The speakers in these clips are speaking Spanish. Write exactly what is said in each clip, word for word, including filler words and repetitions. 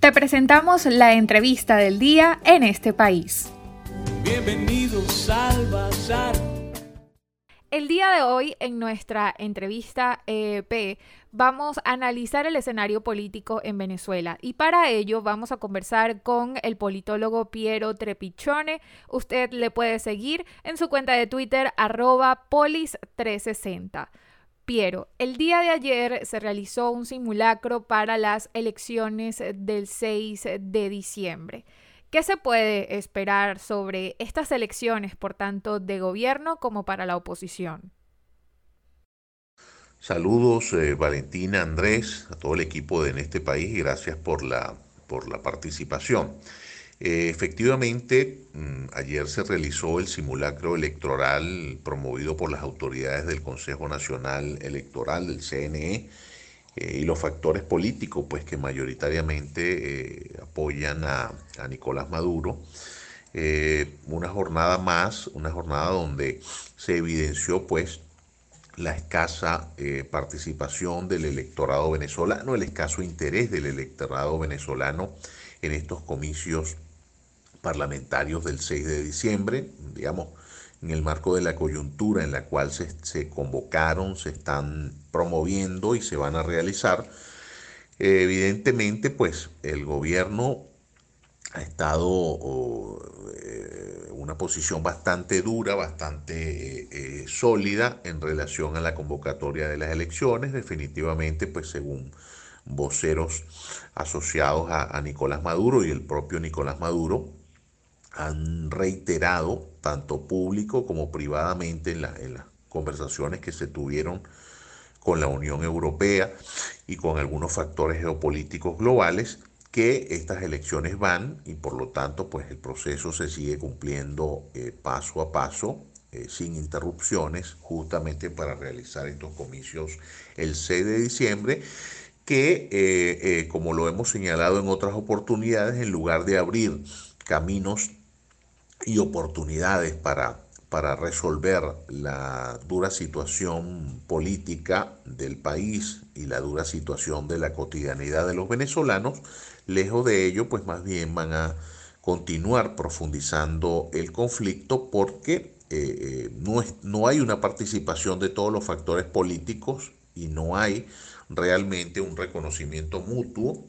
Te presentamos la entrevista del día en este país. Bienvenidos al Bazar. El día de hoy, en nuestra entrevista E E P, vamos a analizar el escenario político en Venezuela y para ello vamos a conversar con el politólogo Piero Trepichone. Usted le puede seguir en su cuenta de Twitter, arroba polis trescientos sesenta. Piero, el día de ayer se realizó un simulacro para las elecciones del seis de diciembre. ¿Qué se puede esperar sobre estas elecciones, por tanto, de gobierno como para la oposición? Saludos, eh, Valentina, Andrés, a todo el equipo de En este país y gracias por la, por la participación. Eh, efectivamente, mmm, ayer se realizó el simulacro electoral promovido por las autoridades del Consejo Nacional Electoral, del C N E, eh, y los factores políticos pues, que mayoritariamente eh, apoyan a, a Nicolás Maduro. Eh, una jornada más, una jornada donde se evidenció pues la escasa eh, participación del electorado venezolano, el escaso interés del electorado venezolano en estos comicios parlamentarios del seis de diciembre, digamos, en el marco de la coyuntura en la cual se, se convocaron, se están promoviendo y se van a realizar. Eh, evidentemente, pues el gobierno ha estado oh, eh, una posición bastante dura, bastante eh, eh, sólida en relación a la convocatoria de las elecciones. Definitivamente, pues según voceros asociados a, a Nicolás Maduro y el propio Nicolás Maduro, han reiterado, tanto público como privadamente, en, la, en las conversaciones que se tuvieron con la Unión Europea y con algunos factores geopolíticos globales, que estas elecciones van y por lo tanto pues el proceso se sigue cumpliendo eh, paso a paso, eh, sin interrupciones, justamente para realizar estos comicios el seis de diciembre, que eh, eh, como lo hemos señalado en otras oportunidades, en lugar de abrir caminos y oportunidades para, para resolver la dura situación política del país y la dura situación de la cotidianidad de los venezolanos, lejos de ello, pues más bien van a continuar profundizando el conflicto porque eh, eh, no, es, no hay una participación de todos los factores políticos y no hay realmente un reconocimiento mutuo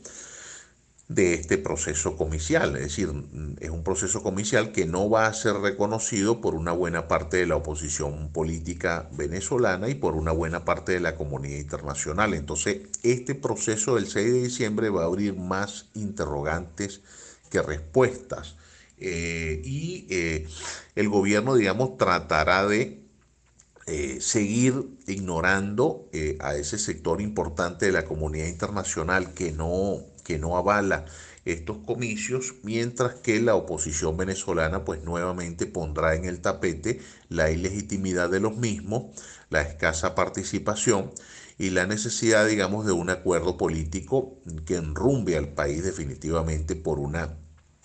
de este proceso comicial. Es decir, es un proceso comicial que no va a ser reconocido por una buena parte de la oposición política venezolana y por una buena parte de la comunidad internacional. Entonces, este proceso del seis de diciembre va a abrir más interrogantes que respuestas. Eh, y eh, el gobierno, digamos, tratará de eh, seguir ignorando eh, a ese sector importante de la comunidad internacional que no, que no avala estos comicios, mientras que la oposición venezolana pues nuevamente pondrá en el tapete la ilegitimidad de los mismos, la escasa participación y la necesidad, digamos, de un acuerdo político que enrumbe al país definitivamente por una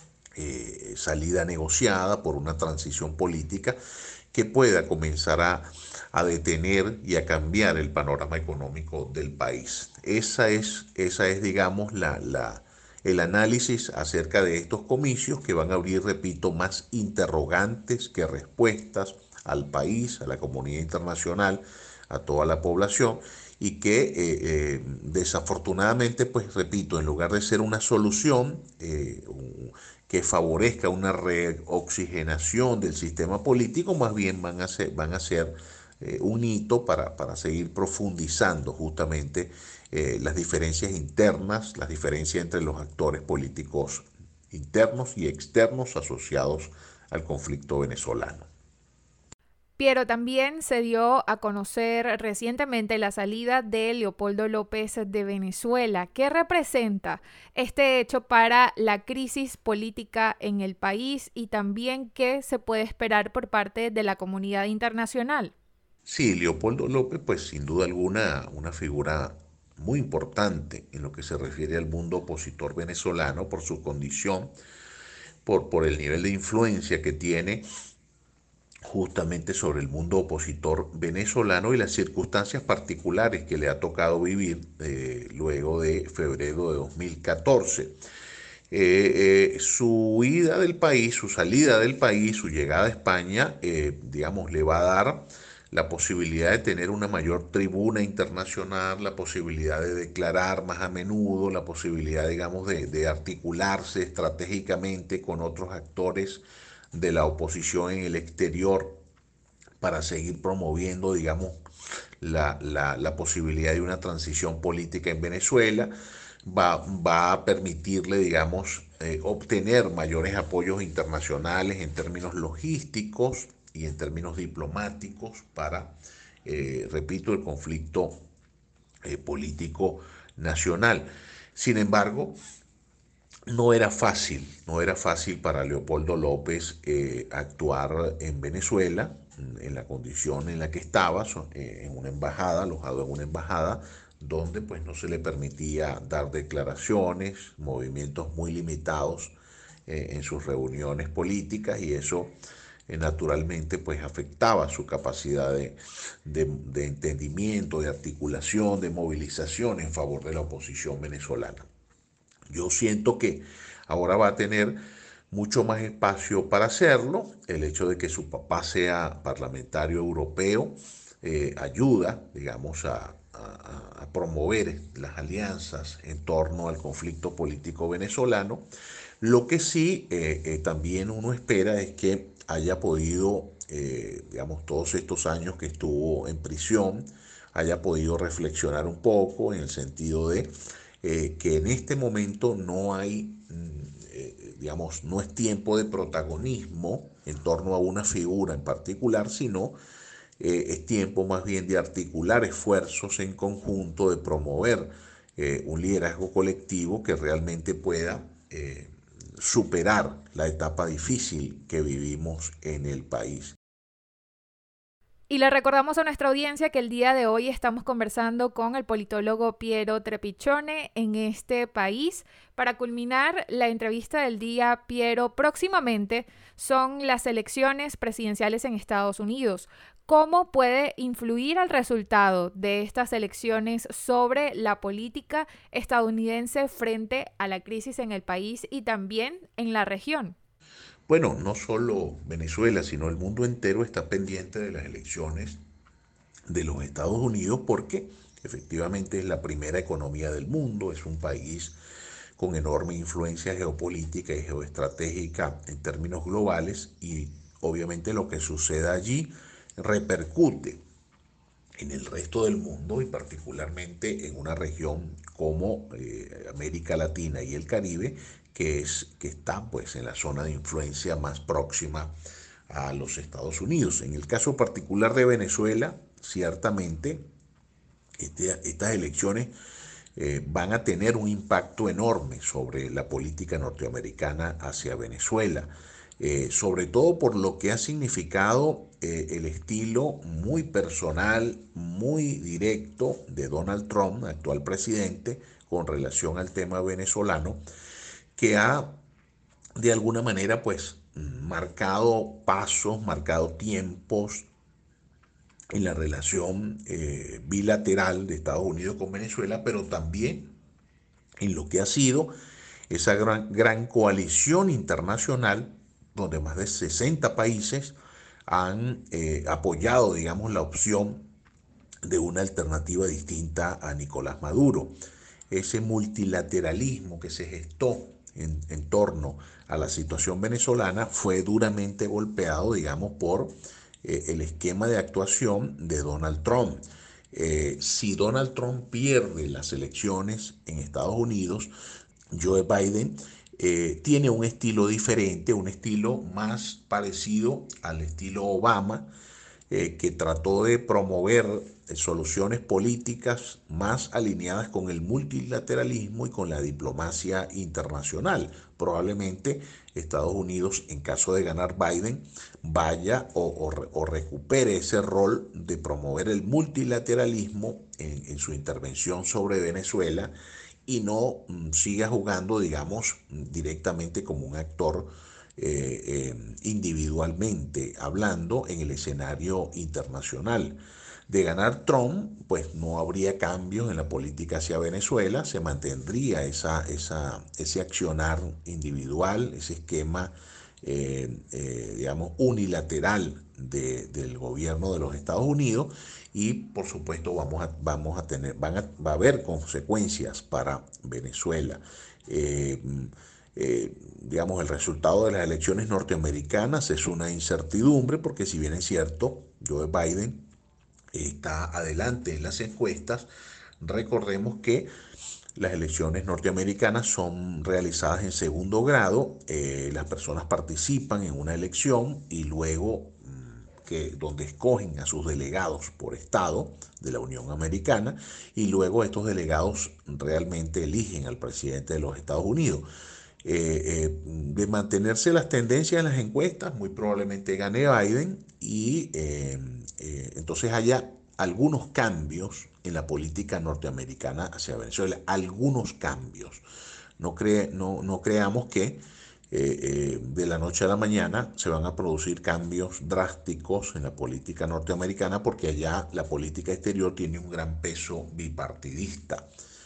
eh, salida negociada, por una transición política que pueda comenzar a, a detener y a cambiar el panorama económico del país. Esa es, esa es digamos, la, la, el análisis acerca de estos comicios que van a abrir, repito, más interrogantes que respuestas al país, a la comunidad internacional, a toda la población, y que eh, eh, desafortunadamente, pues repito, en lugar de ser una solución eh, que favorezca una reoxigenación del sistema político, más bien van a ser, van a ser eh, un hito para, para seguir profundizando justamente eh, las diferencias internas, las diferencias entre los actores políticos internos y externos asociados al conflicto venezolano. Piero, también se dio a conocer recientemente la salida de Leopoldo López de Venezuela. ¿Qué representa este hecho para la crisis política en el país y también qué se puede esperar por parte de la comunidad internacional? Sí, Leopoldo López, pues sin duda alguna, una figura muy importante en lo que se refiere al mundo opositor venezolano por su condición, por, por el nivel de influencia que tiene justamente sobre el mundo opositor venezolano y las circunstancias particulares que le ha tocado vivir eh, luego de febrero de dos mil catorce. Eh, eh, su huida del país, su salida del país, su llegada a España, eh, digamos, le va a dar la posibilidad de tener una mayor tribuna internacional, la posibilidad de declarar más a menudo, la posibilidad, digamos, de, de articularse estratégicamente con otros actores de la oposición en el exterior para seguir promoviendo, digamos, la, la, la posibilidad de una transición política en Venezuela. Va, va a permitirle, digamos, eh, obtener mayores apoyos internacionales en términos logísticos y en términos diplomáticos para, eh, repito, el conflicto eh, político nacional. Sin embargo, no era fácil, no era fácil para Leopoldo López eh, actuar en Venezuela en la condición en la que estaba, eh, en una embajada, alojado en una embajada, donde pues no se le permitía dar declaraciones, movimientos muy limitados eh, en sus reuniones políticas, y eso eh, naturalmente pues afectaba su capacidad de, de, de entendimiento, de articulación, de movilización en favor de la oposición venezolana. Yo siento que ahora va a tener mucho más espacio para hacerlo. El hecho de que su papá sea parlamentario europeo eh, ayuda, digamos, a, a, a, promover las alianzas en torno al conflicto político venezolano. Lo que sí eh, eh, también uno espera es que haya podido, eh, digamos, todos estos años que estuvo en prisión, haya podido reflexionar un poco en el sentido de eh, que en este momento no hay, eh, digamos, no es tiempo de protagonismo en torno a una figura en particular, sino eh, es tiempo más bien de articular esfuerzos en conjunto, de promover eh, un liderazgo colectivo que realmente pueda eh, superar la etapa difícil que vivimos en el país. Y le recordamos a nuestra audiencia que el día de hoy estamos conversando con el politólogo Piero Trepichone en este país. Para culminar la entrevista del día, Piero, próximamente son las elecciones presidenciales en Estados Unidos. ¿Cómo puede influir el resultado de estas elecciones sobre la política estadounidense frente a la crisis en el país y también en la región? Bueno, no solo Venezuela, sino el mundo entero está pendiente de las elecciones de los Estados Unidos porque efectivamente es la primera economía del mundo, es un país con enorme influencia geopolítica y geoestratégica en términos globales, y obviamente lo que suceda allí repercute en el resto del mundo y particularmente en una región como eh, América Latina y el Caribe, que, es, que está pues en la zona de influencia más próxima a los Estados Unidos. En el caso particular de Venezuela, ciertamente este, estas elecciones eh, van a tener un impacto enorme sobre la política norteamericana hacia Venezuela, eh, sobre todo por lo que ha significado eh, el estilo muy personal, muy directo de Donald Trump, actual presidente, con relación al tema venezolano, que ha de alguna manera pues marcado pasos, marcado tiempos en la relación eh, bilateral de Estados Unidos con Venezuela, pero también en lo que ha sido esa gran, gran coalición internacional donde más de sesenta países han eh, apoyado, digamos, la opción de una alternativa distinta a Nicolás Maduro. Ese multilateralismo que se gestó en, en torno a la situación venezolana fue duramente golpeado, digamos, por eh, el esquema de actuación de Donald Trump. Eh, si Donald Trump pierde las elecciones en Estados Unidos, Joe Biden eh, tiene un estilo diferente, un estilo más parecido al estilo Obama, eh, que trató de promover eh, soluciones políticas más alineadas con el multilateralismo y con la diplomacia internacional. Probablemente Estados Unidos, en caso de ganar Biden, vaya o, o, o recupere ese rol de promover el multilateralismo en, en su intervención sobre Venezuela, y no mm, siga jugando, digamos, directamente como un actor eh, eh, individualmente hablando en el escenario internacional. De ganar Trump, pues no habría cambios en la política hacia Venezuela, se mantendría esa, esa, ese accionar individual, ese esquema, eh, eh, digamos, unilateral de, del gobierno de los Estados Unidos, y por supuesto vamos a, vamos a tener, van a, va a haber consecuencias para Venezuela. Eh, eh, digamos, el resultado de las elecciones norteamericanas es una incertidumbre, porque si bien es cierto, Joe Biden está adelante en las encuestas, recordemos que las elecciones norteamericanas son realizadas en segundo grado, eh, las personas participan en una elección y luego mmm, que, donde escogen a sus delegados por estado de la Unión Americana, y luego estos delegados realmente eligen al presidente de los Estados Unidos. Eh, eh, de mantenerse las tendencias en las encuestas, muy probablemente gane Biden, y eh, eh, entonces haya algunos cambios en la política norteamericana hacia Venezuela, algunos cambios. No, cree, no, no creamos que eh, eh, de la noche a la mañana se van a producir cambios drásticos en la política norteamericana, porque allá la política exterior tiene un gran peso bipartidista.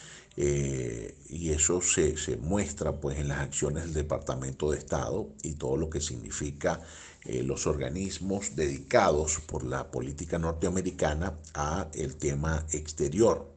Eh, y eso se, se muestra pues en las acciones del Departamento de Estado y todo lo que significa eh, los organismos dedicados por la política norteamericana a el tema exterior.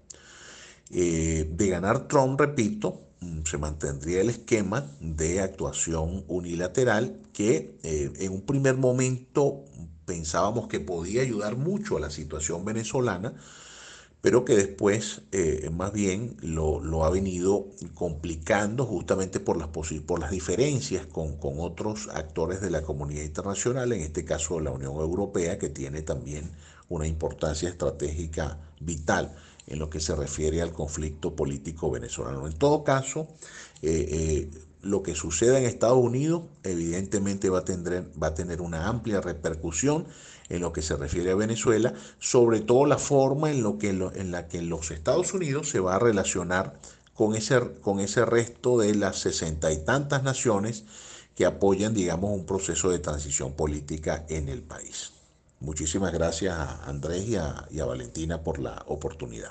Eh, de ganar Trump, repito, se mantendría el esquema de actuación unilateral que eh, en un primer momento pensábamos que podía ayudar mucho a la situación venezolana, pero que después eh, más bien lo, lo ha venido complicando justamente por las, por las diferencias con, con otros actores de la comunidad internacional, en este caso la Unión Europea, que tiene también una importancia estratégica vital en lo que se refiere al conflicto político venezolano. En todo caso, eh, eh, lo que suceda en Estados Unidos evidentemente va a tener, va a tener una amplia repercusión en lo que se refiere a Venezuela, sobre todo la forma en, lo que, en la que los Estados Unidos se va a relacionar con ese, con ese resto de las sesenta y tantas naciones que apoyan, digamos, un proceso de transición política en el país. Muchísimas gracias a Andrés y a, y a Valentina por la oportunidad.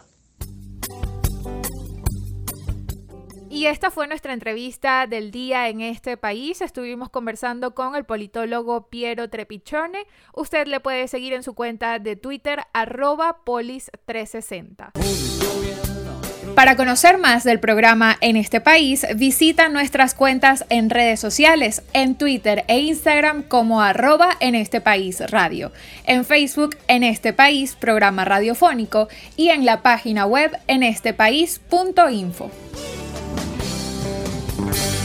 Y esta fue nuestra entrevista del día en este país. Estuvimos conversando con el politólogo Piero Trepiccione. Usted le puede seguir en su cuenta de Twitter, arroba polis trescientos sesenta. Para conocer más del programa En este país, visita nuestras cuentas en redes sociales, en Twitter e Instagram como arroba En este país radio, en Facebook En este país programa radiofónico y en la página web en este país punto info.